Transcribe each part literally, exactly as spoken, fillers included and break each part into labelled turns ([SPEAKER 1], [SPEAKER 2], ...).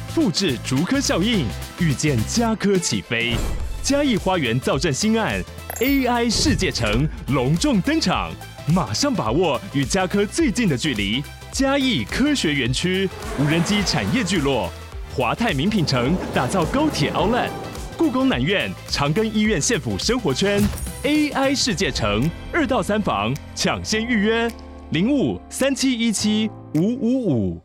[SPEAKER 1] 复制竹科效应，预见家科起飞。嘉义花园造镇新案 A I 世界城隆重登场，马上把握与家科最近的距离。嘉义科学园区无人机产业聚落，华泰名品城打造高铁 Outlet， 故宫南院长庚医院县府生活圈 A I 世界城二到三房抢先预约零五三七一七五五五。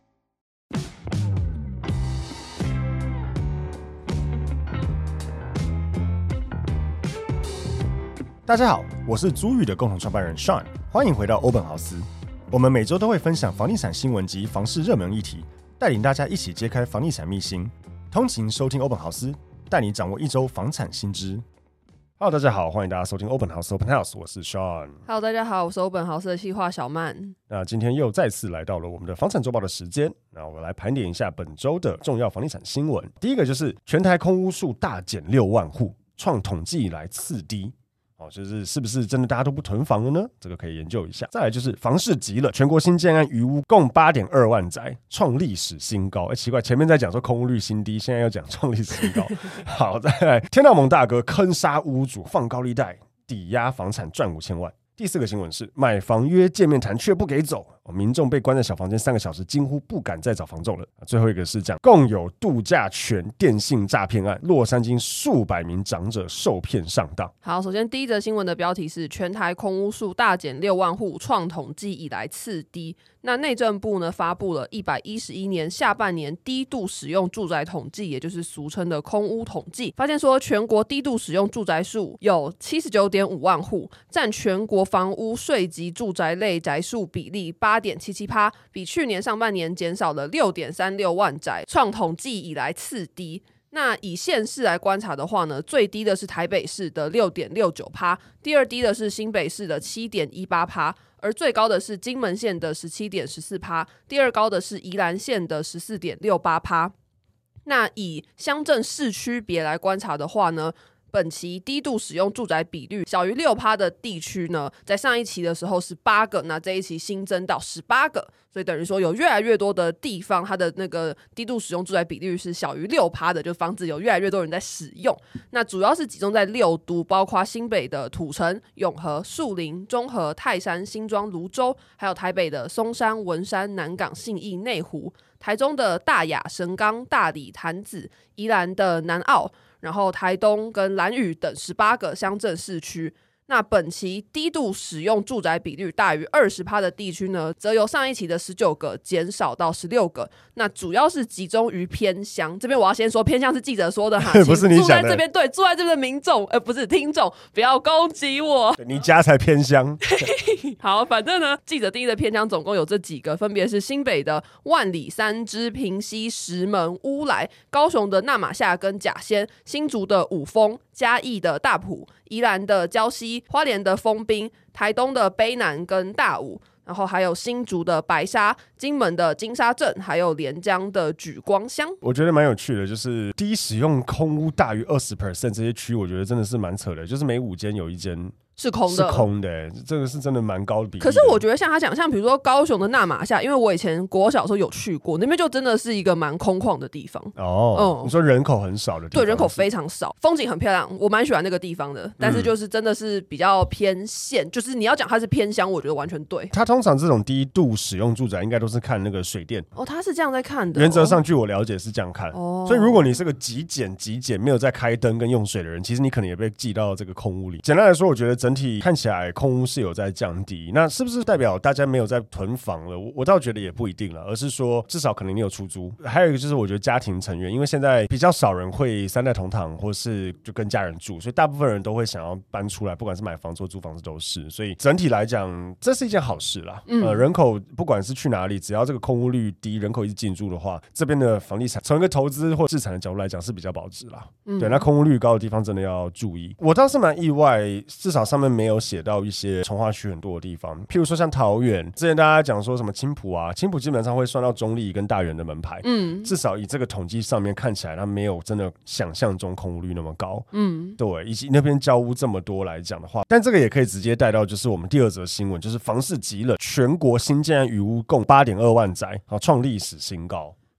[SPEAKER 2] 大家好，我是租寓的共同创办人 Sean， 欢迎回到欧本豪斯。我们每周都会分享房地产新闻及房市热门议题，带领大家一起揭开房地产秘辛。通勤收听欧本豪斯，带你掌握一周房产新知。Hello， 大家好，欢迎大家收听欧本豪斯 Open House， 我是 Sean。
[SPEAKER 3] Hello， 大家好，我是欧本豪斯的企划小曼。
[SPEAKER 2] 那今天又再次来到了我们的房产周报的时间，那我们来盘点一下本周的重要房地产新闻。第一个就是全台空屋数大减六万户，创统计以来次低。哦，就是是不是真的大家都不囤房了呢？这个可以研究一下。再来就是房市急了，全国新建案余屋共 八点二万宅，创历史新高。哎，奇怪，前面在讲说空屋率新低，现在要讲创历史新高。好，再来，天道盟大哥坑杀屋主，放高利贷，抵押房产赚五千万。第四个新闻是买房约见面谈却不给走，民众被关在小房间三个小时，几乎不敢再找房仲了。最后一个是讲共有度假权电信诈骗案，洛杉矶数百名长者受骗上当。
[SPEAKER 3] 好，首先第一则新闻的标题是全台空屋数大减六万户，创统计以来次低。那内政部呢发布了一百一十一年下半年低度使用住宅统计，也就是俗称的空屋统计，发现说全国低度使用住宅数有 七十九点五万户，占全国房屋税及住宅类宅数比例 八点七七%， 比去年上半年减少了 六点三六万宅，创统计以来次低。那以县市来观察的话呢，最低的是台北市的 六点六九%， 第二低的是新北市的 七点一八%，而最高的是金门县的 十七点一四%， 第二高的是宜兰县的 十四点六八%。那以乡镇市区别来观察的话呢，本期低度使用住宅比率小于 百分之六 的地区呢，在上一期的时候是八个，那这一期新增到十八个，所以等于说有越来越多的地方它的那个低度使用住宅比率是小于 百分之六 的，就防止有越来越多人在使用。那主要是集中在六都，包括新北的土城、永和、树林、中和、泰山、新庄、芦洲，还有台北的松山、文山、南港、信义、内湖，台中的大雅、神冈、大里、潭子，宜兰的南澳，然后台东跟兰屿等十八个乡镇市区。那本期低度使用住宅比率大于 百分之二十 的地区呢，则由上一期的十九个减少到十六个。那主要是集中于偏乡，这边我要先说偏乡是记者说的哈，
[SPEAKER 2] 不是你想的。
[SPEAKER 3] 住在这边，对，住在这边的民众，呃，不是听众，不要攻击我。
[SPEAKER 2] 你家才偏乡。
[SPEAKER 3] 好，反正呢，记者定义的偏乡总共有这几个，分别是新北的万里、三芝、平溪、石门、乌来，高雄的那玛夏跟甲仙，新竹的五峰，嘉义的大埔，宜兰的礁溪，花莲的丰滨，台东的卑南跟大武，然后还有新竹的白沙，金门的金沙镇，还有连江的莒光乡。
[SPEAKER 2] 我觉得蛮有趣的，就是低使用空屋大于 百分之二十 这些区，我觉得真的是蛮扯的，就是每五间有一间
[SPEAKER 3] 是空的，
[SPEAKER 2] 是空的、欸，这个是真的蛮高的比例的。
[SPEAKER 3] 可是我觉得像他讲，像比如说高雄的那玛夏，因为我以前国小的时候有去过，那边就真的是一个蛮空旷的地方。
[SPEAKER 2] 哦，嗯、你说人口很少的地方，
[SPEAKER 3] 对，人口非常少，风景很漂亮，我蛮喜欢那个地方的。但是就是真的是比较偏县，嗯、就是你要讲它是偏乡，我觉得完全对。
[SPEAKER 2] 它通常这种低度使用住宅，应该都是看那个水电。
[SPEAKER 3] 哦，他是这样在看的、哦。
[SPEAKER 2] 原则上，据我了解是这样看。哦，所以如果你是个极简极简没有在开灯跟用水的人，其实你可能也被寄到这个空屋里。简单来说，我觉得整体看起来空屋是有在降低，那是不是代表大家没有在囤房了？ 我, 我倒觉得也不一定了，而是说至少可能你有出租。还有一个就是我觉得家庭成员，因为现在比较少人会三代同堂或是就跟家人住，所以大部分人都会想要搬出来，不管是买房子或租房子都是，所以整体来讲这是一件好事啦、嗯呃、人口不管是去哪里，只要这个空屋率低，人口一直进驻的话，这边的房地产从一个投资或资产的角度来讲是比较保值啦、嗯、对，那空屋率高的地方真的要注意。我倒是蛮意外，至少上面没有写到一些重划区很多的地方，譬如说像桃园，之前大家讲说什么青埔啊，青埔基本上会算到中立跟大园的门牌，嗯，至少以这个统计上面看起来，它没有真的想象中空屋率那么高，嗯，对，以及那边交屋这么多来讲的话，但这个也可以直接带到就是我们第二则新闻，就是房市急了，全国新建案余屋共 八点二万宅，创历史新高。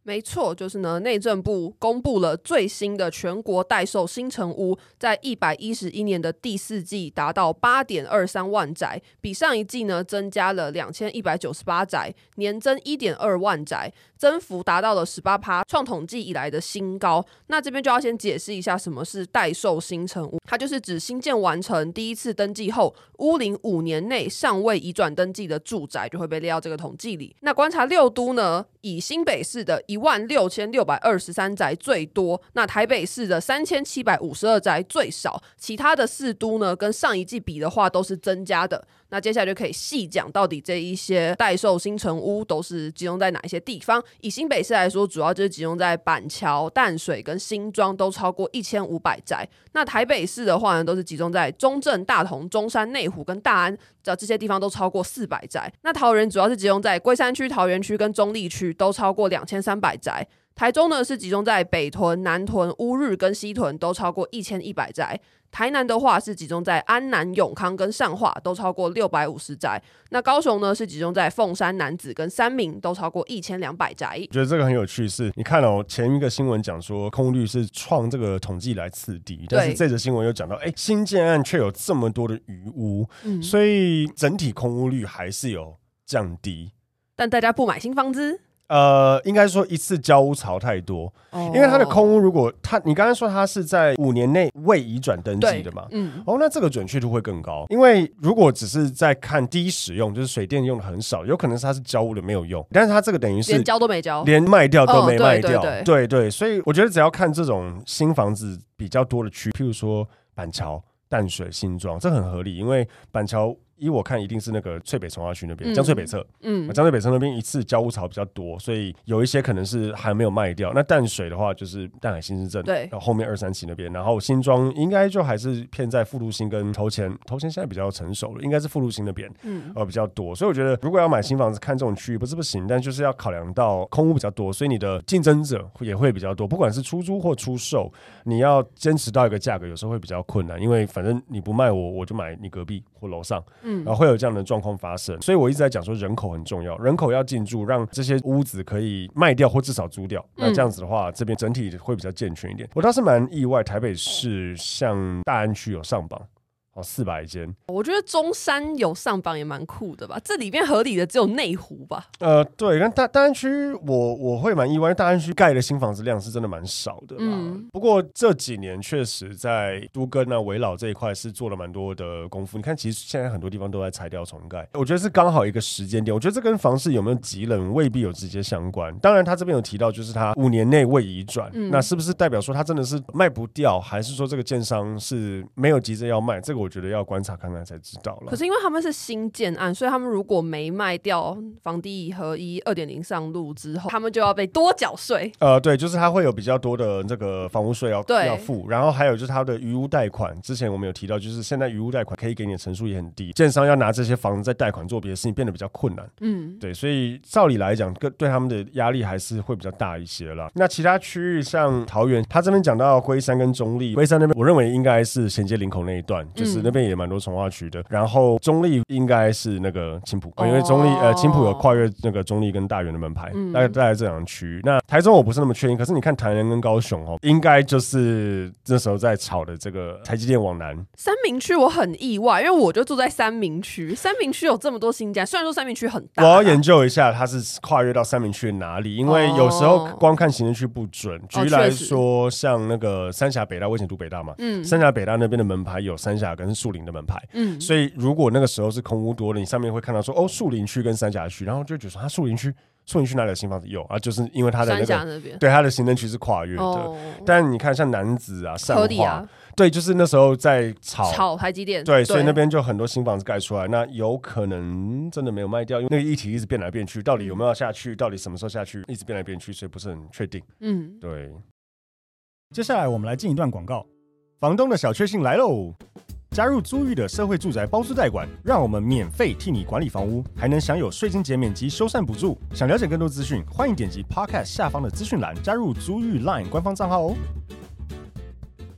[SPEAKER 3] 没错，就是呢，内政部公布了最新的全国代售新成屋，在一百一十一年的第四季达到 八点二三万宅，比上一季呢增加了两千一百九十八宅，年增 一点二万宅，增幅达到了 百分之十八， 创统计以来的新高。那这边就要先解释一下什么是代售新成屋，它就是指新建完成第一次登记后，屋龄五年内尚未移转登记的住宅就会被列到这个统计里。那观察六都呢，以新北市的一万六千六百二十三宅最多，那台北市的三千七百五十二宅最少，其他的四都呢跟上一季比的话都是增加的。那接下来就可以细讲到底这一些代售新成屋都是集中在哪一些地方。以新北市来说，主要就是集中在板桥、淡水跟新庄，都超过一千五百宅。那台北市的话呢，都是集中在中正、大同、中山、内湖跟大安，这些地方都超过四百宅。那桃园主要是集中在龟山区、桃园区跟中坜区，都超过两千三百宅。台中呢是集中在北屯、南屯、乌日跟西屯，都超过一千一百宅。台南的话是集中在安南、永康跟上化，都超过六百五十宅。那高雄呢是集中在凤山、楠梓跟三民，都超过一千两百宅。
[SPEAKER 2] 觉得这个很有趣是，你看哦，前一个新闻讲说空屋率是创这个统计来次第，但是这则新闻又讲到，哎，新建案却有这么多的余屋，嗯，所以整体空屋率还是有降低，
[SPEAKER 3] 但大家不买新房子。
[SPEAKER 2] 呃，应该说一次交屋潮太多，哦，因为它的空屋，如果它你刚才说它是在五年内未移转登记的嘛，嗯，哦，那这个准确度会更高，因为如果只是在看第一使用，就是水电用的很少，有可能是它是交屋的没有用，但是它这个等于是
[SPEAKER 3] 连交都没交，
[SPEAKER 2] 连卖掉都没卖掉，
[SPEAKER 3] 哦，对对
[SPEAKER 2] 对, 对, 对，所以我觉得只要看这种新房子比较多的区，譬如说板桥、淡水、新庄，这很合理，因为板桥依我看一定是那个翠北重划区那边，江翠北侧，嗯，江翠北侧那边一次交屋潮比较多，所以有一些可能是还没有卖掉。那淡水的话就是淡海新市镇，对，然后后面二三期那边，然后新庄应该就还是偏在富路新跟头前，头前现在比较成熟了，应该是富路新那边，嗯，呃比较多。所以我觉得如果要买新房子，看这种区域不是不行，但就是要考量到空屋比较多，所以你的竞争者也会比较多，不管是出租或出售，你要坚持到一个价格，有时候会比较困难，因为反正你不卖我，我就买你隔壁或楼上，嗯，然后会有这样的状况发生，所以我一直在讲说人口很重要，人口要进驻，让这些屋子可以卖掉或至少租掉。那这样子的话，这边整体会比较健全一点。我倒是蛮意外，台北市像大安区有上榜。哦，四百间，
[SPEAKER 3] 我觉得中山有上榜也蛮酷的吧？这里面合理的只有内湖吧？
[SPEAKER 2] 呃，对，但大大安区我我会蛮意外，大安区盖的新房子量是真的蛮少的啦。嗯，不过这几年确实在都更啊、围老这一块是做了蛮多的功夫。你看，其实现在很多地方都在拆掉重盖，我觉得是刚好一个时间点。我觉得这跟房市有没有急冷未必有直接相关。当然，他这边有提到，就是他五年内未移转，嗯，那是不是代表说他真的是卖不掉，还是说这个建商是没有急着要卖？这个我觉得要观察看看才知道了。
[SPEAKER 3] 可是因为他们是新建案，所以他们如果没卖掉房地合一 二点零 上路之后，他们就要被多缴税。
[SPEAKER 2] 呃，对，就是他会有比较多的这个房屋税要要付，然后还有就是他的余屋贷款。之前我们有提到，就是现在余屋贷款可以给你的成数也很低，建商要拿这些房子再贷款做别的事情变得比较困难。嗯，对，所以照理来讲，对他们的压力还是会比较大一些啦。那其他区域像桃园，他这边讲到龟山跟中坜，龟山那边我认为应该是衔接林口那一段，就是那边也蛮多重划区的，然后中坜应该是那个青埔，哦，因为中坜呃青埔有跨越那个中坜跟大园的门牌，嗯，大概大概这两个区域。那台中我不是那么确定，可是你看台南跟高雄哦，应该就是那时候在炒的这个台积电往南。
[SPEAKER 3] 三民区我很意外，因为我就住在三民区，三民区有这么多新家，虽然说三民区很大，
[SPEAKER 2] 我要研究一下它是跨越到三民区的哪里，因为有时候光看行政区不准。举例来说，像那个三峡北大，我以前读北大嘛，嗯，三峡北大那边的门牌有三峡跟树林的门牌，嗯，所以如果那个时候是空屋多的，你上面会看到说哦，树林区跟三峡区，然后就觉得说它树林区。树林区哪里有新房子？有啊，就是因为它的那个
[SPEAKER 3] 那边
[SPEAKER 2] 对它的行政区是跨越的。哦，但你看像楠梓啊、上化，啊，对，就是那时候在炒
[SPEAKER 3] 炒台积电，
[SPEAKER 2] 对，所以那边就很多新房子盖出来。那有可能真的没有卖掉，因为那个议题一直变来变去，到底有没有要下去？到底什么时候下去？一直变来变去，所以不是很确定。嗯，对。
[SPEAKER 4] 接下来我们来进一段广告，房东的小确幸来喽！加入租寓的社会住宅包租代管，让我们免费替你管理房屋，还能享有税金减免及修缮补助。想了解更多资讯，欢迎点击 Podcast 下方的资讯栏，加入租寓 Line 官方账号哦。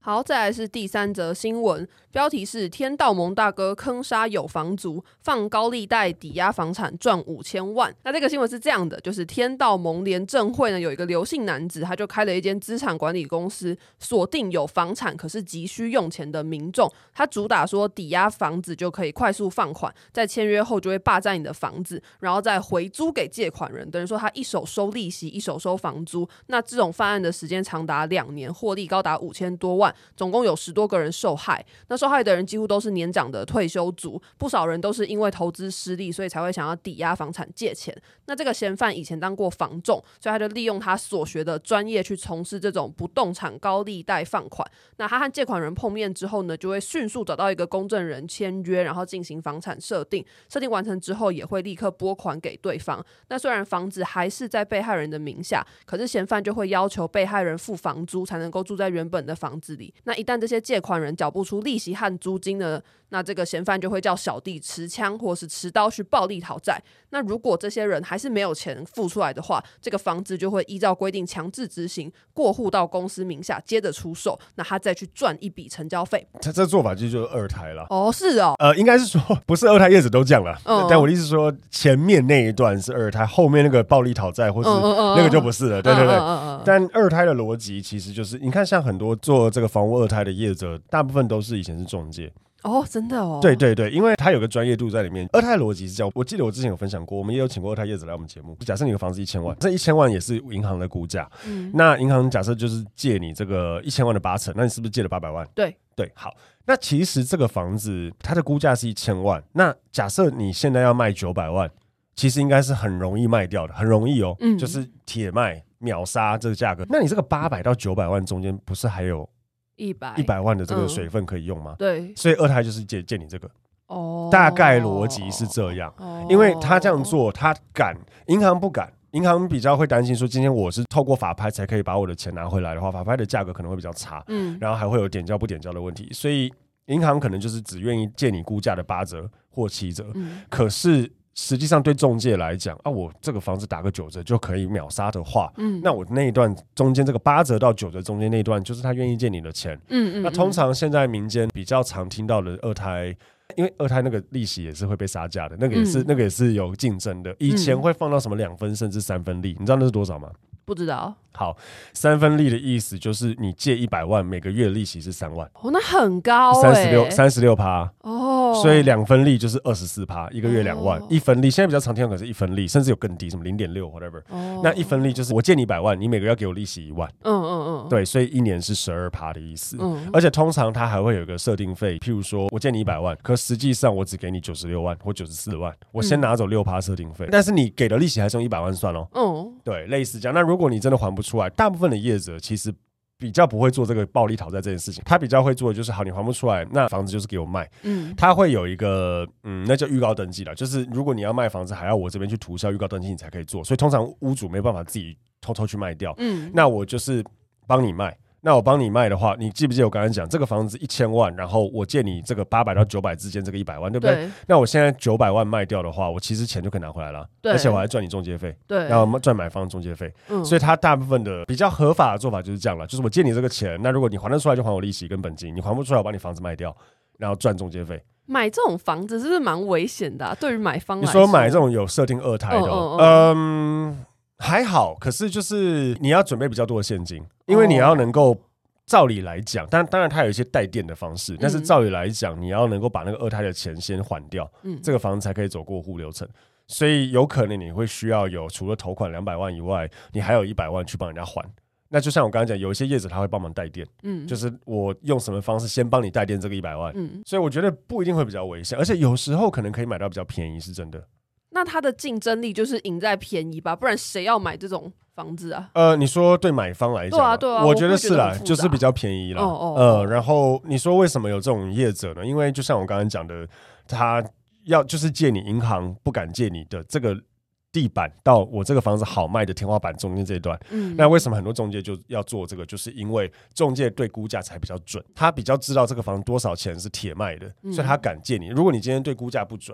[SPEAKER 3] 好，再来是第三则新闻，标题是天道盟大哥坑杀有房族，放高利贷抵押房产赚五千万。那这个新闻是这样的，就是天道盟联证会呢有一个刘姓男子，他就开了一间资产管理公司，锁定有房产可是急需用钱的民众，他主打说抵押房子就可以快速放款，在签约后就会霸占你的房子，然后再回租给借款人，等于说他一手收利息，一手收房租。那这种犯案的时间长达两年，获利高达五千多万。总共有十多个人受害，那受害的人几乎都是年长的退休族，不少人都是因为投资失利，所以才会想要抵押房产借钱。那这个嫌犯以前当过房仲，所以他就利用他所学的专业去从事这种不动产高利贷放款。那他和借款人碰面之后呢，就会迅速找到一个公证人签约，然后进行房产设定，设定完成之后也会立刻拨款给对方。那虽然房子还是在被害人的名下，可是嫌犯就会要求被害人付房租才能够住在原本的房子里。那一旦这些借款人缴不出利息和租金呢，那这个嫌犯就会叫小弟持枪或是持刀去暴力讨债。那如果这些人还是没有钱付出来的话，这个房子就会依照规定强制执行，过户到公司名下，接着出售，那他再去赚一笔成交费。
[SPEAKER 2] 他这做法就就是二胎了。
[SPEAKER 3] 哦，是哦，
[SPEAKER 2] 呃，应该是说不是二胎业者都这样了，
[SPEAKER 3] 嗯、
[SPEAKER 2] 但我的意思是说，前面那一段是二胎，后面那个暴力讨债或是那个就不是了，嗯嗯嗯对对对。嗯嗯嗯嗯但二胎的逻辑其实就是，你看像很多做这个房屋二胎的业者，大部分都是以前是仲介。
[SPEAKER 3] 哦，真的哦，
[SPEAKER 2] 对对对，因为它有个专业度在里面。二胎的逻辑是这样，我记得我之前有分享过，我们也有请过二胎业者来我们节目。假设你的房子一千万，这一千万也是银行的估价，嗯，那银行假设就是借你这个一千万的八成，那你是不是借了八百万？
[SPEAKER 3] 对
[SPEAKER 2] 对，好，那其实这个房子它的估价是一千万，那假设你现在要卖九百万，其实应该是很容易卖掉的，很容易哦，嗯，就是铁卖秒杀这个价格。那你这个八百到九百万中间，不是还有一百一百万的这个水分可以用吗？
[SPEAKER 3] 嗯、对，
[SPEAKER 2] 所以二胎就是借借你这个。
[SPEAKER 3] 哦，
[SPEAKER 2] 大概逻辑是这样，哦，因为他这样做，他敢，银行不敢。银行比较会担心说，今天我是透过法拍才可以把我的钱拿回来的话，法拍的价格可能会比较差，嗯，然后还会有点交不点交的问题，所以银行可能就是只愿意借你估价的八折或七折，嗯，可是实际上对仲介来讲啊，我这个房子打个九折就可以秒杀的话，嗯，那我那一段中间这个八折到九折中间那一段，就是他愿意借你的钱，嗯嗯，那通常现在民间比较常听到的二胎。因为二胎那个利息也是会被杀价的，那个也是、嗯、那个也是有竞争的。以前会放到什么两分甚至三分利，你知道那是多少吗？
[SPEAKER 3] 不知道。
[SPEAKER 2] 好，三分利的意思就是你借一百万，每个月的利息是三万。
[SPEAKER 3] 哦，那很高、欸，
[SPEAKER 2] 三十六三十六趴
[SPEAKER 3] 哦，
[SPEAKER 2] 所以两分利就是二十四趴，一个月两万、哦。一分利现在比较常听到可是一分利，甚至有更低，什么零点六 whatever、哦。那一分利就是我借你一百万，你每个月要给我利息一万。嗯嗯嗯，对，所以一年是十二趴的意思。嗯，而且通常它还会有一个设定费，譬如说我借你一百万，可实际上我只给你九十六万或九十四万，我先拿走六趴设定费、嗯，但是你给的利息还是用一百万算哦。嗯，对，类似这样。那如果你真的还不出来，大部分的业者其实比较不会做这个暴力讨债这件事情，他比较会做的就是好，你还不出来，那房子就是给我卖。嗯，他会有一个嗯，那叫预告登记啦，就是如果你要卖房子，还要我这边去涂销预告登记，你才可以做。所以通常屋主没办法自己偷偷去卖掉。嗯，那我就是帮你卖。那我帮你卖的话，你记不记得我刚才讲这个房子一千万，然后我借你这个八百到九百之间这个一百万，对不对？对，那我现在九百万卖掉的话，我其实钱就可以拿回来了，而且我还赚你中介费，对，然后赚买方的中介费、嗯。所以他大部分的比较合法的做法就是这样了，就是我借你这个钱，那如果你还得出来就还我利息跟本金，你还不出来我把你房子卖掉，然后赚中介费。
[SPEAKER 3] 买这种房子是不是蛮危险的、啊？对于买方来说，
[SPEAKER 2] 你说买这种有设定二胎的、哦，嗯。嗯嗯还好，可是就是你要准备比较多的现金，因为你要能够照理来讲，当当然它有一些带电的方式，但是照理来讲，你要能够把那个二胎的钱先还掉，嗯，这个房子才可以走过户流程。所以有可能你会需要有除了头款两百万以外，你还有一百万去帮人家还。那就像我刚才讲，有一些业者他会帮忙带电，嗯，就是我用什么方式先帮你带电这个一百万，嗯，所以我觉得不一定会比较危险，而且有时候可能可以买到比较便宜，是真的。
[SPEAKER 3] 那它的竞争力就是赢在便宜吧，不然谁要买这种房子啊？
[SPEAKER 2] 呃，你说对买方来讲，对啊对啊，我觉得是啦，就是比较便宜啦。哦哦呃，然后你说为什么有这种业者呢？因为就像我刚刚讲的，他要就是借你银行不敢借你的这个地板到我这个房子好卖的天花板中间这一段，嗯，那为什么很多仲介就要做这个？就是因为仲介对估价才比较准，他比较知道这个房多少钱是铁卖的，嗯，所以他敢借你。如果你今天对估价不准，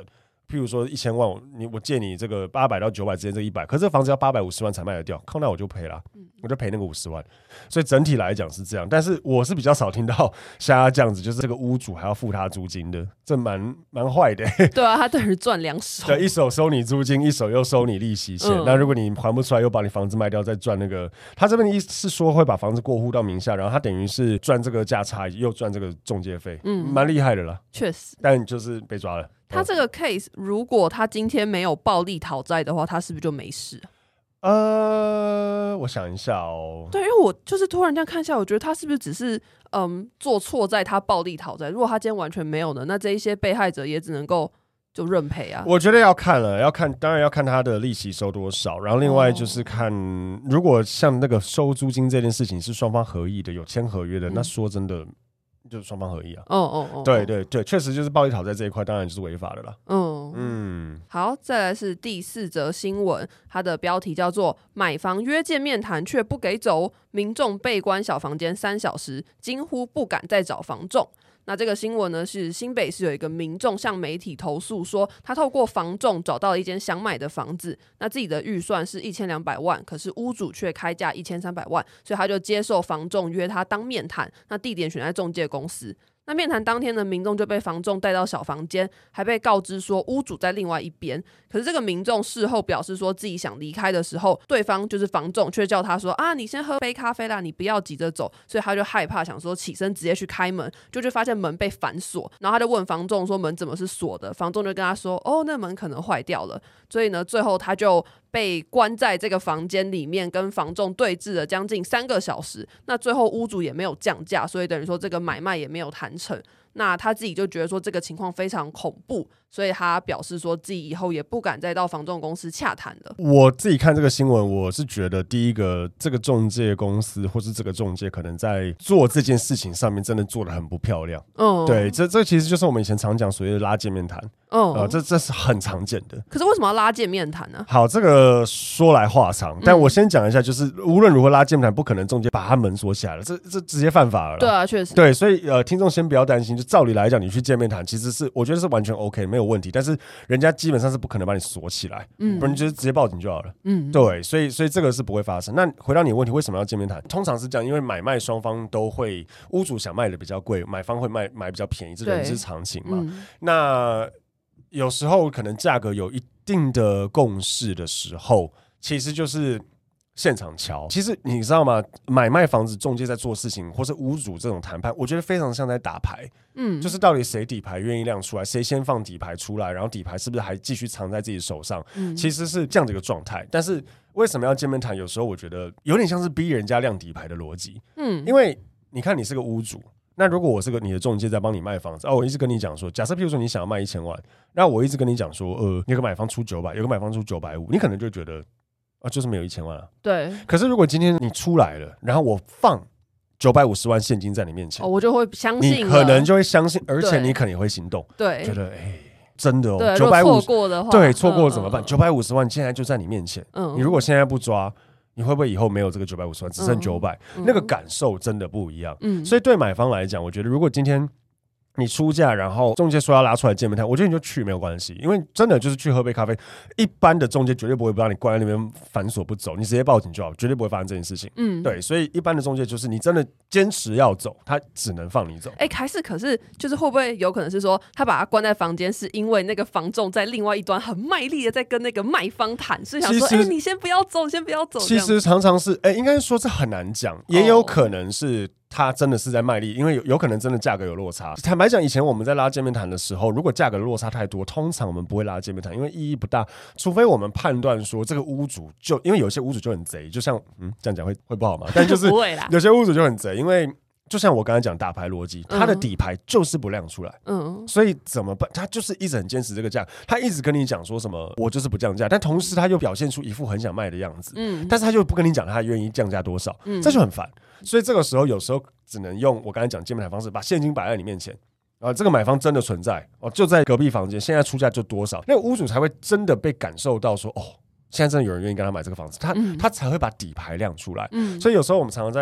[SPEAKER 2] 譬如说一千万，我你我借你这个八百到九百之间这一百，可是这房子要八百五十万才卖得掉，靠那我就赔了，我就赔那个五十万。所以整体来讲是这样，但是我是比较少听到像他这样子，就是这个屋主还要付他租金的，这蛮蛮坏的、欸。
[SPEAKER 3] 对啊，他等于赚两手，
[SPEAKER 2] 对，一手收你租金，一手又收你利息钱。嗯、那如果你还不出来，又把你房子卖掉，再赚那个，他这边的意思是说会把房子过户到名下，然后他等于是赚这个价差，又赚这个中介费，嗯，蛮厉害的啦。
[SPEAKER 3] 确实，
[SPEAKER 2] 但就是被抓了。
[SPEAKER 3] 他这个 case， 如果他今天没有暴力讨债的话，他是不是就没事？
[SPEAKER 2] 呃，我想一下哦。
[SPEAKER 3] 对，因为我就是突然这样看下来，我觉得他是不是只是嗯做错在他暴力讨债？如果他今天完全没有呢，那这一些被害者也只能够就认赔啊。
[SPEAKER 2] 我觉得要看了，要看，当然要看他的利息收多少，然后另外就是看，哦、如果像那个收租金这件事情是双方合意的，有签合约的，嗯、那说真的。就是双方合意啊，
[SPEAKER 3] 哦哦哦，
[SPEAKER 2] 对对对，确实就是暴力讨债这一块，当然就是违法的啦。
[SPEAKER 3] 嗯嗯，好，再来是第四则新闻，它的标题叫做“买房约见面谈却不给走，民众被关小房间三小时，惊呼不敢再找房仲”。那这个新闻呢，是新北市有一个民众向媒体投诉说，他透过房仲找到了一间想买的房子，那自己的预算是一千两百万，可是屋主却开价一千三百万，所以他就接受房仲约他当面谈，那地点选在仲介公司。那面谈当天呢，民众就被房仲带到小房间，还被告知说屋主在另外一边。可是这个民众事后表示说自己想离开的时候，对方就是房仲却叫他说啊，你先喝杯咖啡啦，你不要急着走。所以他就害怕，想说起身直接去开门，就就发现门被反锁，然后他就问房仲说门怎么是锁的？房仲就跟他说哦，那门可能坏掉了。所以呢，最后他就被关在这个房间里面，跟房仲对峙了将近三个小时。那最后屋主也没有降价，所以等于说这个买卖也没有谈成。那他自己就觉得说这个情况非常恐怖，所以他表示说自己以后也不敢再到房仲公司洽谈了。
[SPEAKER 2] 我自己看这个新闻，我是觉得第一个，这个仲介公司或是这个仲介可能在做这件事情上面真的做得很不漂亮。嗯，对，这这其实就是我们以前常讲所谓的拉见面谈。嗯、呃，这这是很常见的。
[SPEAKER 3] 可是为什么要拉见面谈呢？
[SPEAKER 2] 好，这个说来话长，但我先讲一下，就是无论如何拉见面谈，不可能仲介把他门锁起来了，这这直接犯法了。
[SPEAKER 3] 对啊，确实。
[SPEAKER 2] 对，所以呃，听众先不要担心，就照理来讲，你去见面谈，其实是我觉得是完全 OK， 没有问题。但是人家基本上是不可能把你锁起来，嗯，不然就是直接报警就好了。嗯，对，所以所以这个是不会发生。那回到你的问题，为什么要见面谈？通常是这样，因为买卖双方都会，屋主想卖的比较贵，买方会卖买比较便宜，这人之常情嘛。嗯、那有时候可能价格有一定的共识的时候，其实就是现场瞧。其实你知道吗？买卖房子中介在做事情，或是屋主这种谈判，我觉得非常像在打牌。嗯，就是到底谁底牌愿意亮出来，谁先放底牌出来，然后底牌是不是还继续藏在自己手上？嗯，其实是这样的一个状态。但是为什么要见面谈？有时候我觉得有点像是逼人家亮底牌的逻辑。嗯，因为你看你是个屋主。那如果我是个你的仲介在帮你卖房子，哦，我一直跟你讲说，假设譬如说你想要卖一千万，那我一直跟你讲说，呃，有个买方出九百，有个买方出九百五，你可能就觉得啊，就是没有一千万啊。
[SPEAKER 3] 对。可
[SPEAKER 2] 是如果今天你出来了，然后我放九百五十万现金在你面前，
[SPEAKER 3] 哦，我就会相信，
[SPEAKER 2] 你可能就会相信，而且你可能也会行动，对，觉得哎、欸，真的哦，
[SPEAKER 3] 九百五十错过的话，
[SPEAKER 2] 对，错过了怎么办？九百五十万现在就在你面前，嗯，你如果现在不抓。你会不会以后没有这个九百五十万，只剩九百、嗯？那个感受真的不一样。嗯，所以对买方来讲，我觉得如果今天你出价，然后仲介说要拉出来见面谈，我觉得你就去没有关系，因为真的就是去喝杯咖啡。一般的仲介绝对不会让你关在那边反锁不走，你直接报警就好，绝对不会发生这件事情。嗯，对，所以一般的仲介就是你真的坚持要走，他只能放你走。
[SPEAKER 3] 哎、欸，还是可是就是会不会有可能是说，他把他关在房间，是因为那个房仲在另外一端很卖力的在跟那个卖方谈，是想说，哎、欸，你先不要走，先不要走。
[SPEAKER 2] 其实常常是，哎、欸，应该说这很难讲，也有可能是。他真的是在卖力，因为 有, 有可能真的价格有落差。坦白讲，以前我们在拉见面谈的时候，如果价格落差太多，通常我们不会拉见面谈，因为意义不大。除非我们判断说这个屋主就，因为有些屋主就很贼，就像嗯这样讲会会不好吗？但就是有些屋主就很贼，因为就像我刚才讲打牌逻辑，他的底牌就是不亮出来，嗯，所以怎么办？他就是一直很坚持这个价，他一直跟你讲说什么我就是不降价，但同时他又表现出一副很想卖的样子，嗯，但是他就不跟你讲他愿意降价多少，嗯，这就很烦。所以这个时候有时候只能用我刚才讲见面谈方式，把现金摆在你面前。啊，这个买方真的存在哦，就在隔壁房间，现在出价就多少，那个屋主才会真的被感受到说，哦，现在真的有人愿意跟他买这个房子，他、嗯、他才会把底牌亮出来。嗯，所以有时候我们常常在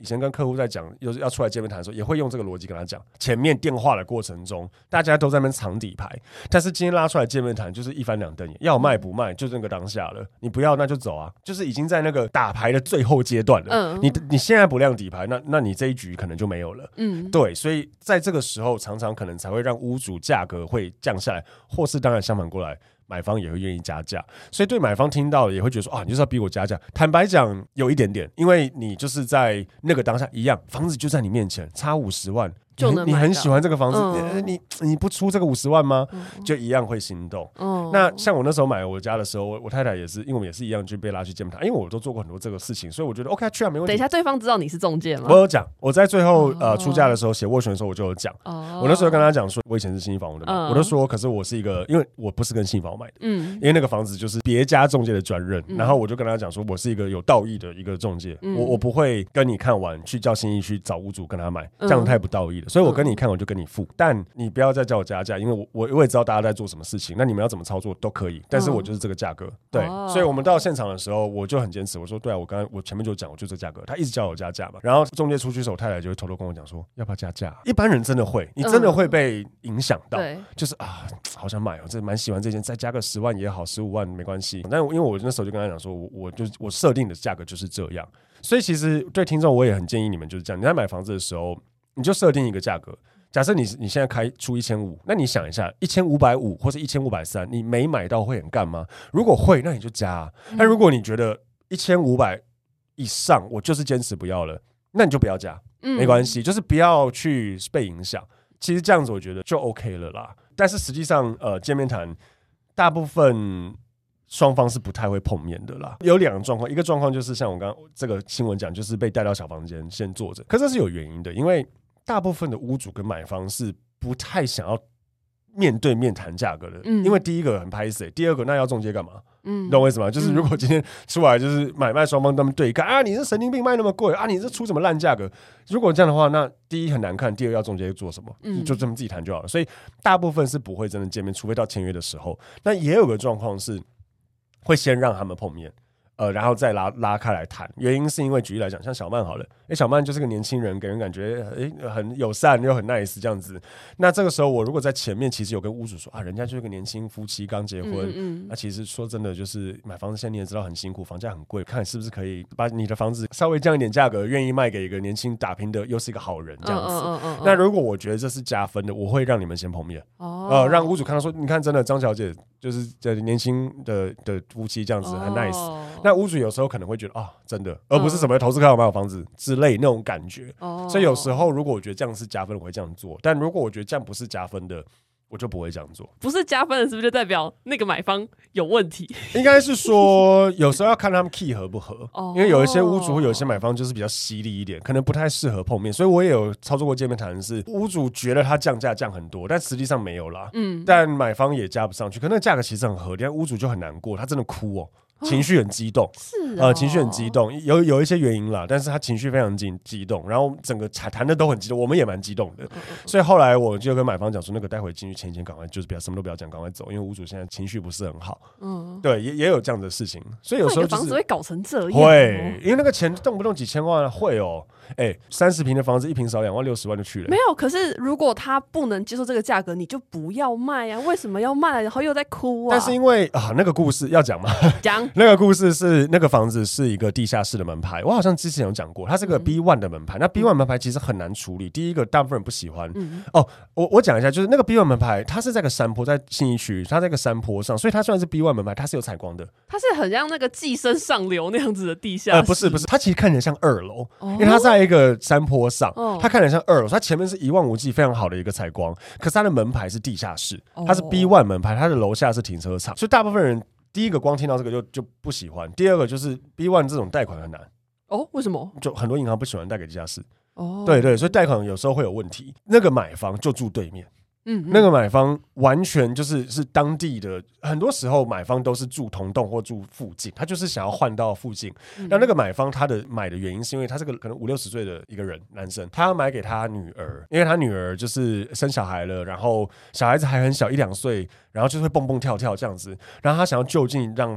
[SPEAKER 2] 以前跟客户在讲就是要出来见面谈的时候，也会用这个逻辑跟他讲。前面电话的过程中，大家都在那边藏底牌，但是今天拉出来见面谈就是一翻两瞪眼，要卖不卖就那个当下了，你不要那就走啊，就是已经在那个打牌的最后阶段了。嗯、你你现在不亮底牌，那那你这一局可能就没有了。嗯，对，所以在这个时候常常可能才会让屋主价格会降下来，或是当然相反过来。买方也会愿意加价，所以对买方听到也会觉得说啊，你就是要逼我加价。坦白讲，有一点点，因为你就是在那个当下一样，房子就在你面前，差五十万。
[SPEAKER 3] 就能
[SPEAKER 2] 你很喜欢这个房子，
[SPEAKER 3] 嗯、
[SPEAKER 2] 你你不出这个五十万吗？嗯、就一样会心动。嗯、那像我那时候买我家的时候，我, 我太太也是，因为我们也是一样就被拉去见面谈，因为我都做过很多这个事情，所以我觉得 OK 去啊，没问题。
[SPEAKER 3] 等一下，对方知道你是中介吗？
[SPEAKER 2] 我有讲，我在最后、哦、呃出价的时候写斡旋的时候我就有讲、哦，我那时候跟他讲说，我以前是信义房屋的嘛、嗯，我就说，可是我是一个，因为我不是跟信义房屋买的，嗯，因为那个房子就是别家中介的专任、嗯，然后我就跟他讲说，我是一个有道义的一个中介，嗯、我我不会跟你看完去叫信义去找屋主跟他买，这样太不道义了，所以我跟你看完就跟你付，但你不要再叫我加价，因为我我我也知道大家在做什么事情，那你们要怎么操作都可以，但是我就是这个价格，嗯、对、哦，所以我们到现场的时候，我就很坚持，我说对啊，我刚刚我前面就讲，我就这价格，他一直叫我加价嘛，然后中介出去的时候，太太就会偷偷跟我讲说，要不要加价？一般人真的会，你真的会被影响到，嗯、就是啊，好想买哦，真的蛮喜欢这件，再加个十万也好，十五万没关系，但因为我那时候就跟他讲说，我我就我设定的价格就是这样，所以其实对听众我也很建议你们就是这样，你在买房子的时候，你就设定一个价格。假设 你, 你现在开出一千五，那你想一下，一千五百五或是一千五百三，你没买到会很干吗？如果会，那你就加、啊。那如果你觉得一千五百以上，我就是坚持不要了，那你就不要加，没关系，就是不要去被影响。其实这样子我觉得就 OK 了啦。但是实际上，呃，见面谈大部分双方是不太会碰面的啦。有两个状况，一个状况就是像我刚刚这个新闻讲，就是被带到小房间先坐着，可是这是有原因的，因为大部分的屋主跟买方是不太想要面对面谈价格的、嗯，因为第一个很拍谁，第二个那要中介干嘛？嗯，懂我意思吗？就是如果今天出来就是买卖双方他们对干啊，你是神经病卖那么贵啊，你是出什么烂价格？如果这样的话，那第一很难看，第二要中介做什么？嗯，就这么自己谈就好了。所以大部分是不会真的见面，除非到签约的时候。那也有个状况是会先让他们碰面。呃，然后再 拉, 拉开来谈，原因是因为举例来讲，像小曼好了，哎，小曼就是个年轻人，给人感觉哎很友善又很 nice 这样子。那这个时候，我如果在前面其实有跟屋主说啊，人家就是个年轻夫妻刚结婚，那、嗯嗯啊、其实说真的，就是买房子现在你也知道很辛苦，房价很贵，看是不是可以把你的房子稍微降一点价格，愿意卖给一个年轻打拼的又是一个好人这样子。嗯嗯嗯嗯、那如果我觉得这是加分的，我会让你们先碰面，哦、呃，让屋主看到说，你看真的张小姐就是年轻的的夫妻这样子、哦、很 nice。那屋主有时候可能会觉得啊，真的，而不是什么投资看好买好房子之类那种感觉、哦。所以有时候如果我觉得这样是加分，我会这样做；但如果我觉得这样不是加分的，我就不会这样做。
[SPEAKER 3] 不是加分的，是不是就代表那个买方有问题？
[SPEAKER 2] 应该是说，有时候要看他们 key 合不合、哦，因为有一些屋主或有一些买方就是比较犀利一点，可能不太适合碰面。所以我也有操作过见面谈，是屋主觉得他降价降很多，但实际上没有啦。嗯，但买方也加不上去，可那个价格其实很合理，但屋主就很难过，他真的哭哦。情绪很激动，
[SPEAKER 3] 是、
[SPEAKER 2] 哦、呃，情绪很激动，有有一些原因啦，但是他情绪非常激激动，然后整个谈的都很激动，我们也蛮激动的，所以后来我就跟买方讲说，那个待会进去签一签，赶快就是不要什么都不要讲，赶快走，因为屋主现在情绪不是很好，嗯，对，也也有这样的事情，所以有时候、就是、
[SPEAKER 3] 房子会搞成这样，
[SPEAKER 2] 会，因为那个钱动不动几千万，会哦，哎，三十平的房子一平少两万六十万就去了，
[SPEAKER 3] 没有，可是如果他不能接受这个价格，你就不要卖啊，为什么要卖？然后又在哭啊？
[SPEAKER 2] 但是因为啊，那个故事要讲吗？
[SPEAKER 3] 讲
[SPEAKER 2] 那个故事是。那个房子是一个地下室的门牌，我好像之前有讲过，它是个 B 一 的门牌。那 B 一 门牌其实很难处理，第一个大部分人不喜欢。嗯、哦，我我讲一下，就是那个 B 一 门牌，它是在个山坡，在信义区，它在个山坡上，所以它虽然是 B 一 门牌，它是有采光的。
[SPEAKER 3] 它是很像那个寄生上流那样子的地下室。
[SPEAKER 2] 呃，不是不是，它其实看起来像二楼、哦，因为它在一个山坡上，哦、它看起来像二楼，它前面是一望无际，非常好的一个采光，可是它的门牌是地下室，它是 B 一 门牌，它的楼下是停车场，所以大部分人。第一个光听到这个就就不喜欢，第二个就是 B 一 这种贷款很难
[SPEAKER 3] 哦，为什么？
[SPEAKER 2] 就很多银行不喜欢贷给地下室哦，对对，所以贷款有时候会有问题。那个买方就住对面，嗯, 嗯，那个买方完全就是是当地的，很多时候买方都是住同栋或住附近，他就是想要换到附近。嗯、那那个买方他的买的原因是因为他是个可能五六十岁的一个人，男生，他要买给他女儿，因为他女儿就是生小孩了，然后小孩子还很小一两岁。然后就是会蹦蹦跳跳这样子，然后他想要就近让他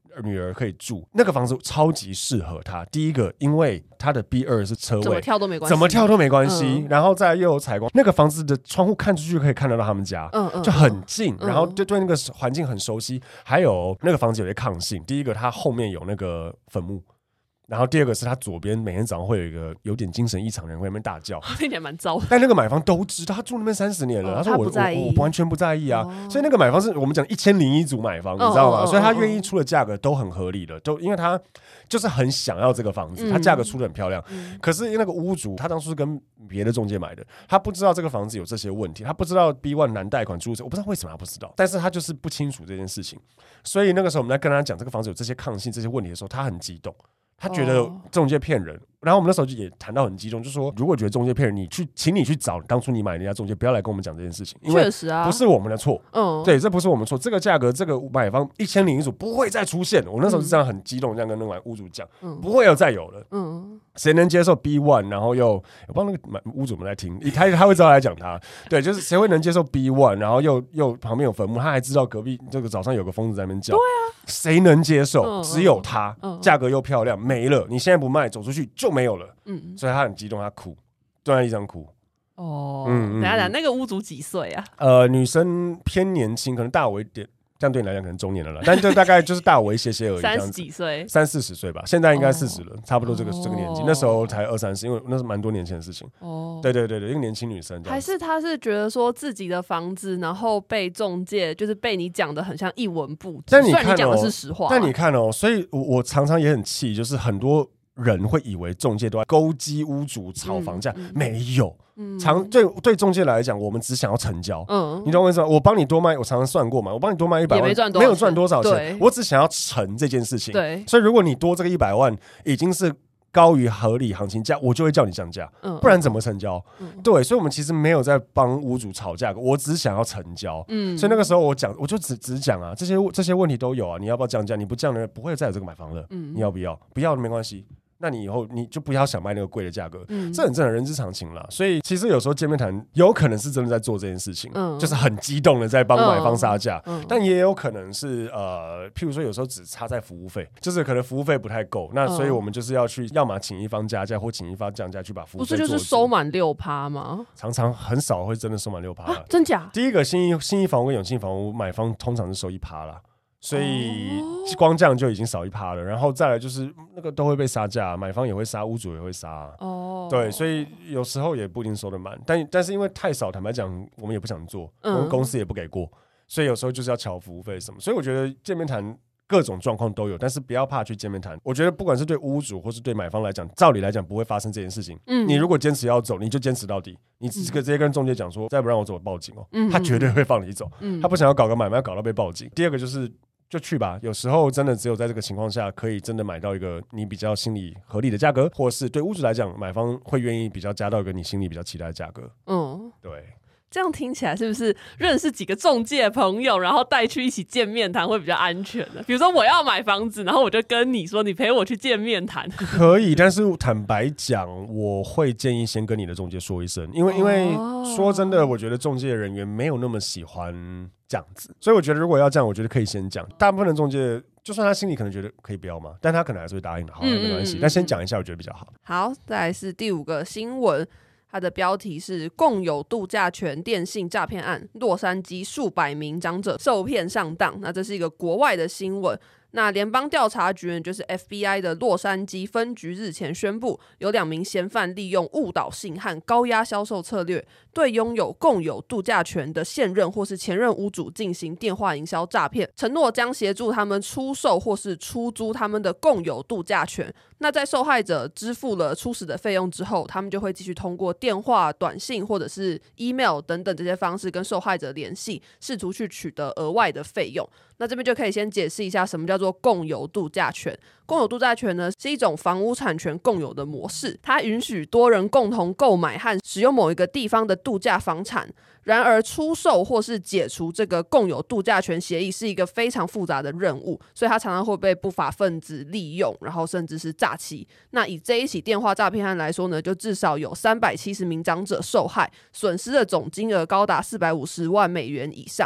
[SPEAKER 2] 女儿可以住，那个房子超级适合她。第一个，因为她的 B 二 是车位，
[SPEAKER 3] 怎么跳都没关系，
[SPEAKER 2] 怎么跳都没关系。
[SPEAKER 3] 嗯、
[SPEAKER 2] 然后再又有采光，那个房子的窗户看出去可以看得到他们家，嗯嗯，就很近，嗯、然后就对那个环境很熟悉。还有那个房子有些抗性，第一个，它后面有那个坟墓。然后第二个是他左边每天早上会有一个有点精神异常的人会在那边大叫，
[SPEAKER 3] 听起来蛮糟的。
[SPEAKER 2] 但那个买方都知道，他住那边三十年了，哦、他说 我, 我, 我完全不在意啊。哦、所以那个买方是我们讲一千零一组买方，哦、你知道吗？哦、所以他愿意出的价格都很合理的，都因为他就是很想要这个房子，嗯、他价格出的很漂亮。嗯、可是那个屋主他当初是跟别的中介买的，他不知道这个房子有这些问题，他不知道 B 一 难贷款出入，我不知道为什么他不知道，但是他就是不清楚这件事情。所以那个时候我们在跟他讲这个房子有这些抗性、这些问题的时候，他很激动。他觉得中介骗人， oh. 然后我们那时候就也谈到很激动，就说如果觉得中介骗人，你去，请你去找当初你买人家中介，不要来跟我们讲这件事情，因为不是我们的错，嗯，对，这不是我们错，这个价格，这个买方一千零一组不会再出现。我那时候是这样很激动，这样跟那个屋主讲，嗯、不会有再有了，嗯，谁能接受 B 一， 然后又我不知道那个屋主们在听，他他会知道来讲他，对，就是谁会能接受 B 一， 然后又又旁边有坟墓，他还知道隔壁这个早上有个疯子在那边叫，对啊，谁能接受？嗯、只有他，价、嗯、格又漂亮。没了，你现在不卖，走出去就没有了。嗯，所以他很激动，他哭，蹲在地上哭。
[SPEAKER 3] 哦，嗯，等一下等一下，那个屋主几岁啊？
[SPEAKER 2] 呃，女生偏年轻，可能大我一点。这样对你来讲可能中年了啦，但就大概就是大我一些些而已，
[SPEAKER 3] 三十几岁，
[SPEAKER 2] 三四十岁吧，现在应该四十了，哦、差不多这个这个年纪，那时候才二三十，因为那是蛮多年前的事情。哦，对对对对，一个年轻女生，
[SPEAKER 3] 还是她是觉得说自己的房子，然后被中介就是被你讲的很像一文不值，
[SPEAKER 2] 但你看、哦、
[SPEAKER 3] 虽然你讲的是实话，
[SPEAKER 2] 但你看哦，所以我我常常也很气，就是很多人会以为中介都在勾稽屋主炒房价，嗯嗯、没有。常对对中介来讲，我们只想要成交，嗯，你懂我意思吗？我帮你多卖，我常常算过嘛，我帮你多卖一百万，没有赚多少钱，我只想要成这件事情。对，所以如果你多这个一百万，已经是高于合理行情价，我就会叫你降价，嗯、不然怎么成交？嗯、对，所以我们其实没有在帮屋主吵架，我只想要成交。嗯，所以那个时候我讲，我就只只讲啊，这些这些问题都有啊，你要不要降价？你不降的不会再有这个买房了，嗯，你要不要？不要没关系。那你以后你就不要想卖那个贵的价格，嗯，这很正常，人之常情啦。所以其实有时候见面谈有可能是真的在做这件事情，嗯，就是很激动的在帮买方杀价，嗯嗯、但也有可能是呃，譬如说有时候只差在服务费，就是可能服务费不太够，那所以我们就是要去，要么请一方加价，或请一方降价去把服务费做。
[SPEAKER 3] 不是就是收满六趴吗？
[SPEAKER 2] 常常很少会真的收满六趴，
[SPEAKER 3] 真假？
[SPEAKER 2] 第一个新一新一房屋跟永庆房屋买方通常是收一趴啦。所以光这样就已经少一趴了，然后再来就是那个都会被杀价，买方也会杀，屋主也会杀。哦，对，所以有时候也不一定收得满，但但是因为太少，坦白讲，我们也不想做，我们公司也不给过，所以有时候就是要瞧服务费什么。所以我觉得见面谈各种状况都有，但是不要怕去见面谈。我觉得不管是对屋主或是对买方来讲，照理来讲不会发生这件事情。嗯，你如果坚持要走，你就坚持到底。你直接跟中介讲说，再不让我走，我报警哦。嗯，他绝对会放你走。嗯，他不想要搞个买卖，要搞到被报警。第二个就是就去吧，有时候真的只有在这个情况下，可以真的买到一个你比较心理合理的价格，或是对屋主来讲，买方会愿意比较加到一个你心里比较期待的价格。嗯，对。
[SPEAKER 3] 这样听起来是不是认识几个中介朋友，然后带去一起见面谈会比较安全的？比如说我要买房子，然后我就跟你说，你陪我去见面谈。
[SPEAKER 2] 可以，但是坦白讲，我会建议先跟你的中介说一声，因为、哦、因为说真的，我觉得中介人员没有那么喜欢这样子，所以我觉得如果要这样，我觉得可以先讲。大部分的中介，就算他心里可能觉得可以不要嘛，但他可能还是会答应的，好，没关系。但先讲一下，我觉得比较好。
[SPEAKER 3] 好，再来是第五个新闻。它的标题是共有度假权电信诈骗案，洛杉矶数百名长者受骗上当。那这是一个国外的新闻。那联邦调查局就是 F B I 的洛杉矶分局日前宣布，有两名嫌犯利用误导性和高压销售策略，对拥有共有度假权的现任或是前任屋主进行电话营销诈骗，承诺将协助他们出售或是出租他们的共有度假权。那在受害者支付了初始的费用之后，他们就会继续通过电话、短信或者是 email 等等这些方式跟受害者联系，试图去取得额外的费用。那这边就可以先解释一下什么叫做共有度假权。共有度假权呢，是一种房屋产权共有的模式，它允许多人共同购买和使用某一个地方的度假房产。然而出售或是解除这个共有度假权协议是一个非常复杂的任务，所以它常常会被不法分子利用，然后甚至是诈欺。那以这一起电话诈骗案来说呢，就至少有三百七十名长者受害，损失的总金额高达四百五十万美元以上。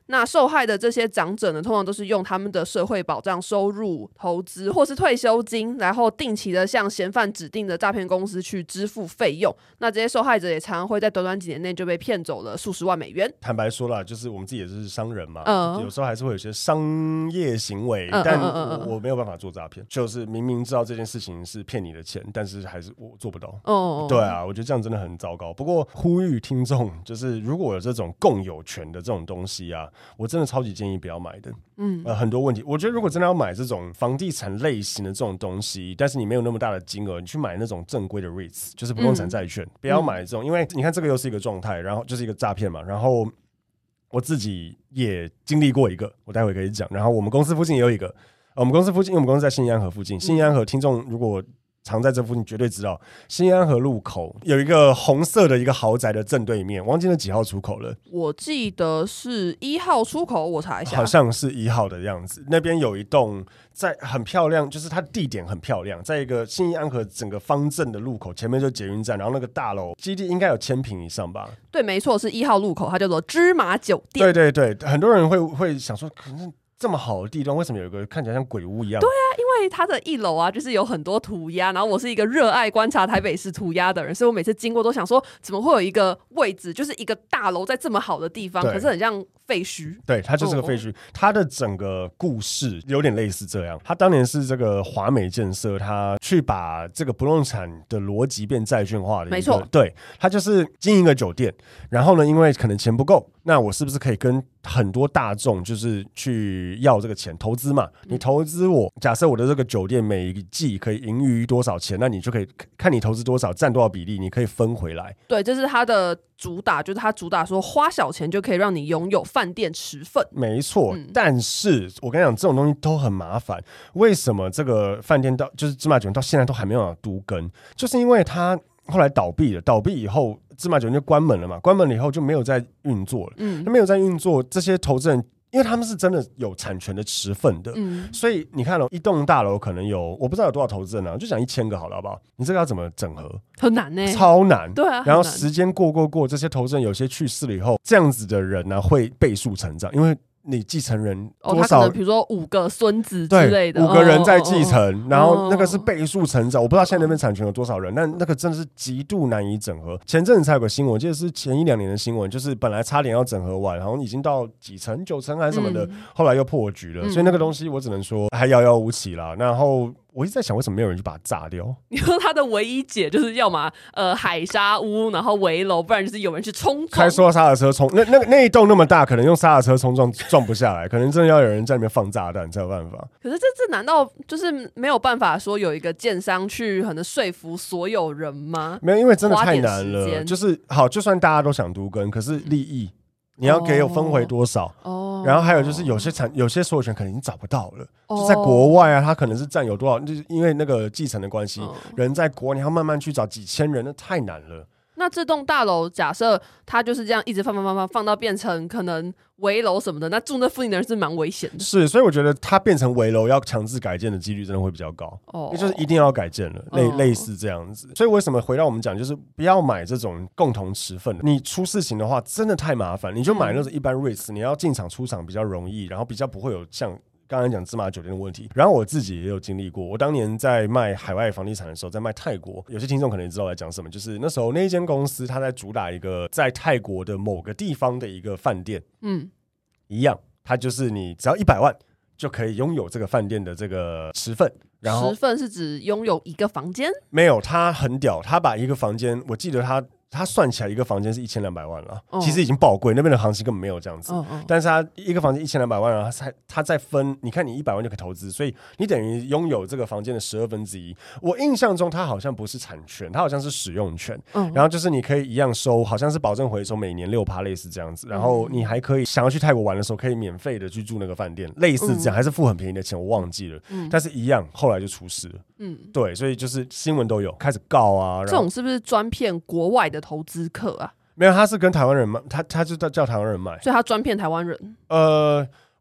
[SPEAKER 3] 那受害的这些长者呢，通常都是用他们的社会保障收入、投资或是退休金，然后定期的向嫌犯指定的诈骗公司去支付费用。那这些受害者也常常会在短短几年内就被骗走了数十万美元。
[SPEAKER 2] 坦白说啦，就是我们自己也是商人嘛，
[SPEAKER 3] 嗯、
[SPEAKER 2] 有时候还是会有些商业行为，
[SPEAKER 3] 嗯、
[SPEAKER 2] 但
[SPEAKER 3] 我,
[SPEAKER 2] 我, 我没有办法做诈骗，就是明明知道这件事情是骗你的钱，但是还是我做不到。
[SPEAKER 3] 哦，
[SPEAKER 2] 对啊，我觉得这样真的很糟糕。不过呼吁听众，就是如果有这种共有权的这种东西啊，我真的超级建议不要买的。嗯，呃，很多问题，我觉得如果真的要买这种房地产类型的这种东西，但是你没有那么大的金额，你去买那种正规的 REITs， 就是不动产债券，嗯、不要买这种，因为你看这个又是一个状态，然后就是一个诈骗嘛，然后我自己也经历过一个，我待会可以讲。然后我们公司附近也有一个，呃、我们公司附近，因为我们公司在信义安和附近，信义安和听众如果常在这附近绝对知道，新安河路口有一个红色的一个豪宅的正对面，忘记了几号出口了。
[SPEAKER 3] 我记得是一号出口，我查一下，
[SPEAKER 2] 好像是一号的样子。那边有一栋在很漂亮，就是它的地点很漂亮，在一个新义安河整个方正的路口前面就捷运站，然后那个大楼基地应该有千坪以上吧？
[SPEAKER 3] 对，没错，是一号路口，它叫做芝麻酒店。
[SPEAKER 2] 对对对，很多人会会想说，可能这么好的地段，为什么有一个看起来像鬼屋一样？
[SPEAKER 3] 对啊，因为它的一楼啊，就是有很多涂鸦。然后我是一个热爱观察台北市涂鸦的人，所以我每次经过都想说，怎么会有一个位置，就是一个大楼在这么好的地方，可是很像废墟。对，
[SPEAKER 2] 它就是个废墟。它的整个故事有点类似这样。它当年是这个华美建设，它去把这个不动产的逻辑变债券化的一个，
[SPEAKER 3] 没错，
[SPEAKER 2] 对，它就是经营一个酒店，然后呢，因为可能钱不够，那我是不是可以跟很多大众就是去要这个钱投资嘛？你投资我，假设我的这个酒店每一季可以盈余多少钱，那你就可以看你投资多少，占多少比例，你可以分回来。
[SPEAKER 3] 对，这是它的主打，就是它主打说花小钱就可以让你拥有饭店持份。
[SPEAKER 2] 没错，嗯、但是我跟你讲，这种东西都很麻烦。为什么这个饭店到就是芝麻酒店到现在都还没有办法都更？就是因为它后来倒闭了，倒闭以后芝麻酒店就关门了嘛，关门了以后就没有再运作了。嗯，没有再运作，这些投资人，因为他们是真的有产权的持份的，嗯，所以你看哦，一栋大楼可能有我不知道有多少投资人啊，就讲一千个好了，好不好？你这个要怎么整合？
[SPEAKER 3] 很难呢、欸，
[SPEAKER 2] 超难。
[SPEAKER 3] 对啊，
[SPEAKER 2] 然后时间过过过，这些投资人有些去世了以后，这样子的人呢、啊、会倍数成长，因为你继承人多少？
[SPEAKER 3] 哦、他可能比如说五个孙子之类的，
[SPEAKER 2] 五个人在继承，
[SPEAKER 3] 哦、
[SPEAKER 2] 然后那个是倍数成长。我不知道现在那边产权有多少人，但那个真的是极度难以整合。前阵子才有个新闻，我记得是前一两年的新闻，就是本来差点要整合完，好像已经到几成、九成还是什么的，嗯、后来又破局了。嗯、所以那个东西我只能说还遥遥无期啦。然后我一直在想，为什么没有人去把它炸掉？
[SPEAKER 3] 你说他的唯一解就是要么呃海沙屋，然后围楼，不然就是有人去冲撞，
[SPEAKER 2] 开说刹车冲。那那那一栋那么大，可能用刹车车冲撞撞不下来，可能真的要有人在里面放炸弹才有办法。
[SPEAKER 3] 可是这这难道就是没有办法说有一个建商去可能说服所有人吗？
[SPEAKER 2] 没有，因为真的太难了。就是好，就算大家都想都更，可是利益。你要给我分回多少？哦，然后还有就是有些产有些所有权可能已经找不到了，哦、就在国外啊，他可能是占有多少，就是因为那个继承的关系，哦、人在国，你要慢慢去找几千人，那太难了。
[SPEAKER 3] 那这栋大楼假设它就是这样一直放放放放放到变成可能围楼什么的，那住那附近的人是蛮危险的。
[SPEAKER 2] 是，所以我觉得它变成围楼要强制改建的几率真的会比较高，哦，也就是一定要改建了，类、哦、类似这样子。所以为什么回到我们讲，就是不要买这种共同持份的，你出事情的话真的太麻烦，你就买那种一般 REITs， 你要进场出场比较容易，然后比较不会有像刚才讲芝麻酒店的问题。然后我自己也有经历过，我当年在卖海外房地产的时候，在卖泰国，有些听众可能也知道我在讲什么，就是那时候那一间公司它在主打一个在泰国的某个地方的一个饭店，嗯，一样，它就是你只要一百万就可以拥有这个饭店的这个持份。然后
[SPEAKER 3] 持份是指拥有一个房间？
[SPEAKER 2] 没有，他很屌，他把一个房间，我记得他他算起来一个房间是一千两百万了，哦，其实已经爆贵，那边的行情根本没有这样子。哦哦，但是他一个房间一千两百万，他才他再分，你看你一百万就可以投资，所以你等于拥有这个房间的十二分之一。我印象中他好像不是产权，他好像是使用权。嗯，然后就是你可以一样收，好像是保证回收，每年六趴类似这样子。然后你还可以想要去泰国玩的时候，可以免费的去住那个饭店，类似这样，嗯，还是付很便宜的钱，我忘记了。嗯，但是一样，后来就出事了。嗯，对，所以就是新闻都有开始告啊。
[SPEAKER 3] 这种是不是专骗国外的投资客啊？
[SPEAKER 2] 没有，他是跟台湾人买，他他就叫台湾人买，
[SPEAKER 3] 所以他专骗台湾人。
[SPEAKER 2] 呃，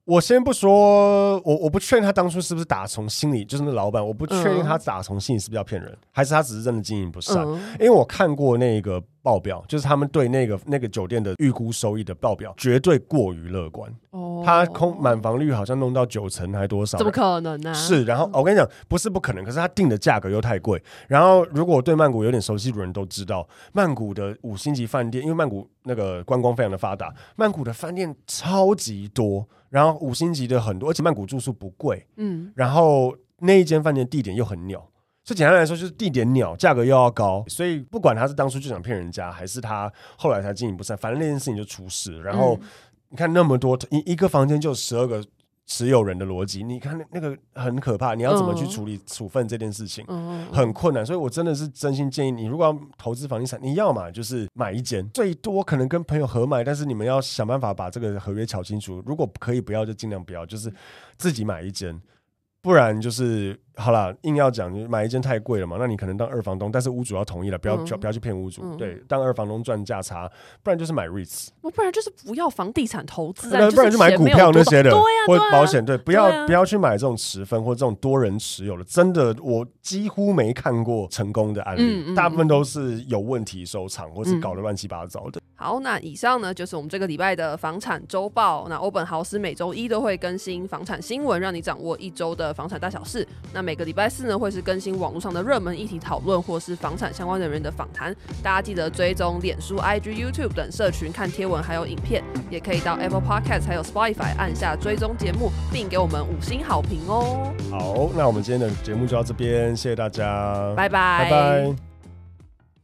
[SPEAKER 2] 我先不说，我我不确定他当初是不是打从心里，就是那老板，我不确定他打从心里是不是要骗人，嗯、还是他只是真的经营不善。嗯、因为我看过那个报表，就是他们对那个那个酒店的预估收益的报表，绝对过于乐观。哦，他空满房率好像弄到九成还多少？
[SPEAKER 3] 怎么可能呢、啊？
[SPEAKER 2] 是，然后、哦、我跟你讲，不是不可能，可是他定的价格又太贵。然后，如果对曼谷有点熟悉的人都知道，曼谷的五星级饭店，因为曼谷那个观光非常的发达，曼谷的饭店超级多。然后五星级的很多，而且曼谷住宿不贵，嗯，然后那一间饭店地点又很鸟，所以简单来说就是地点鸟，价格又要高，所以不管他是当初就想骗人家，还是他后来才经营不善，反正那件事情就出事。然后、嗯、你看那么多一一个房间就十二个持有人的逻辑，你看 那, 那个很可怕，你要怎么去处理处分这件事情、嗯、很困难，所以我真的是真心建议你，如果要投资房地产，你要嘛就是买一间，最多可能跟朋友合买，但是你们要想办法把这个合约敲清楚，如果可以不要就尽量不要，就是自己买一间，不然就是好啦，硬要讲买一间太贵了嘛，那你可能当二房东，但是屋主要同意了，不要、嗯、不要去骗屋主、嗯，对，当二房东赚价差，不然就是买 REITs，
[SPEAKER 3] 不然就是不要房地产投资啊，
[SPEAKER 2] 不然就买股票那些的，
[SPEAKER 3] 对啊，
[SPEAKER 2] 或保险，对，不要、啊、不要去买这种持分或这种多人持有的，真的我几乎没看过成功的案例，嗯嗯嗯大部分都是有问题收场，或是搞得乱七八糟的。
[SPEAKER 3] 嗯、好，那以上呢就是我们这个礼拜的房产周报。那欧本豪斯每周一都会更新房产新闻，让你掌握一周的房产大小事。那每个礼拜四呢会是更新网络上的热门议题讨论，或是房产相关的人的访谈。大家记得追踪脸书、I G、YouTube 等社群看贴文还有影片，也可以到 Apple Podcast 还有 Spotify 按下追踪节目，并给我们五星好评哦。
[SPEAKER 2] 好，那我们今天的节目就到这边，谢谢大家，
[SPEAKER 3] 拜拜，
[SPEAKER 2] 拜拜。